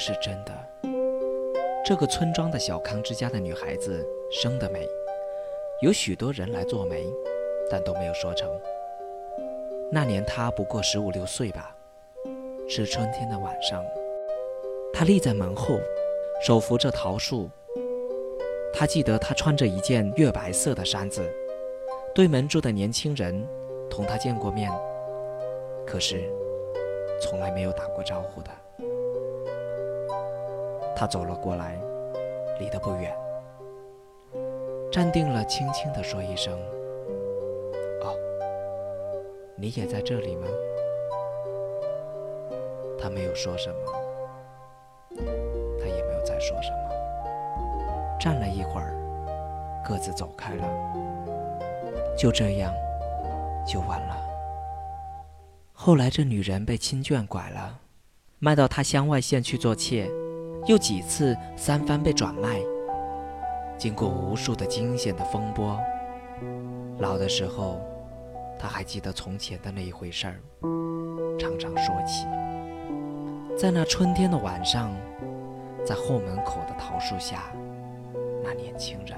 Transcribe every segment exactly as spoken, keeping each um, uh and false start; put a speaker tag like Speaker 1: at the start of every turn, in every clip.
Speaker 1: 是真的。这个村庄的小康之家的女孩子生得美，有许多人来做媒，但都没有说成。那年她不过十五六岁吧，是春天的晚上，她立在门后，手扶着桃树。她记得她穿着一件月白色的衫子，对门住的年轻人同她见过面，可是从来没有打过招呼的。她走了过来，离得不远，站定了，轻轻地说一声：“哦，你也在这里吗？”他没有说什么，他也没有再说什么。站了一会儿，各自走开了。就这样，就完了。后来这女人被亲眷拐了，卖到他乡外县去做妾，又几次三番被转卖。经过无数的惊险的风波，老的时候他还记得从前的那一回事儿，常常说起。在那春天的晚上，在后门口的桃树下，那年轻人。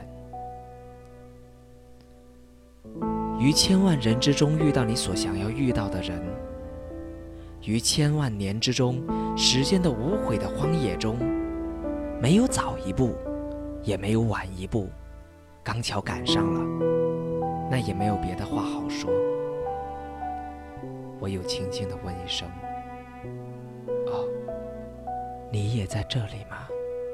Speaker 1: 于千万人之中遇到你所想要遇到的人，于千万年之中，时间的无悔的荒野中，没有早一步，也没有晚一步，刚巧赶上了，那也没有别的话好说。我又轻轻地问一声：“哦，你也在这里吗？”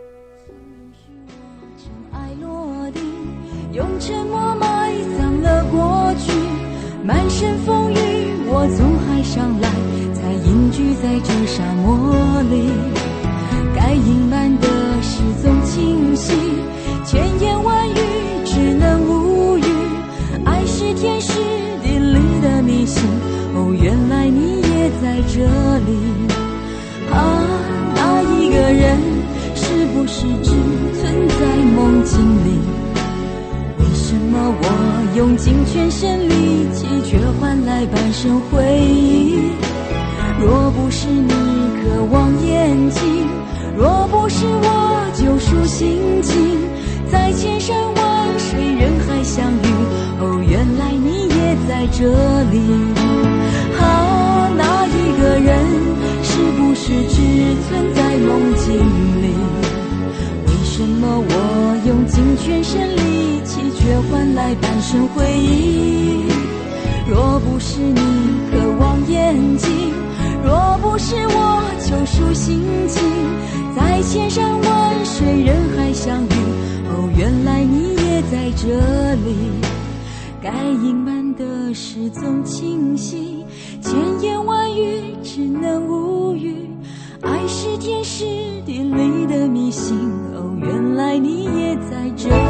Speaker 2: 尘埃落地，用沉默埋葬了过去，满身风雨我从海上来，才隐居在这沙漠里。该隐瞒的事总清晰，千言万语只能无语。爱是天时地利的迷信，哦，原来你也在这里。啊，那一个人是不是只存在梦境里？为什么我用尽全身力气，却换来半生回忆？若不是你渴望眼睛，若不是我救赎心情，在千山万水人海相遇，哦，原来你也在这里。啊，那一个人是不是只存在梦境里？为什么我用尽全身力气，却换来半生回忆？若不是你渴望眼睛，若不是我救赎心情，在千山万水人海相遇，哦，原来你也在这里。该隐瞒的事总清晰，千言万语只能无语。爱是天时地利的迷信，哦，原来你也在这里。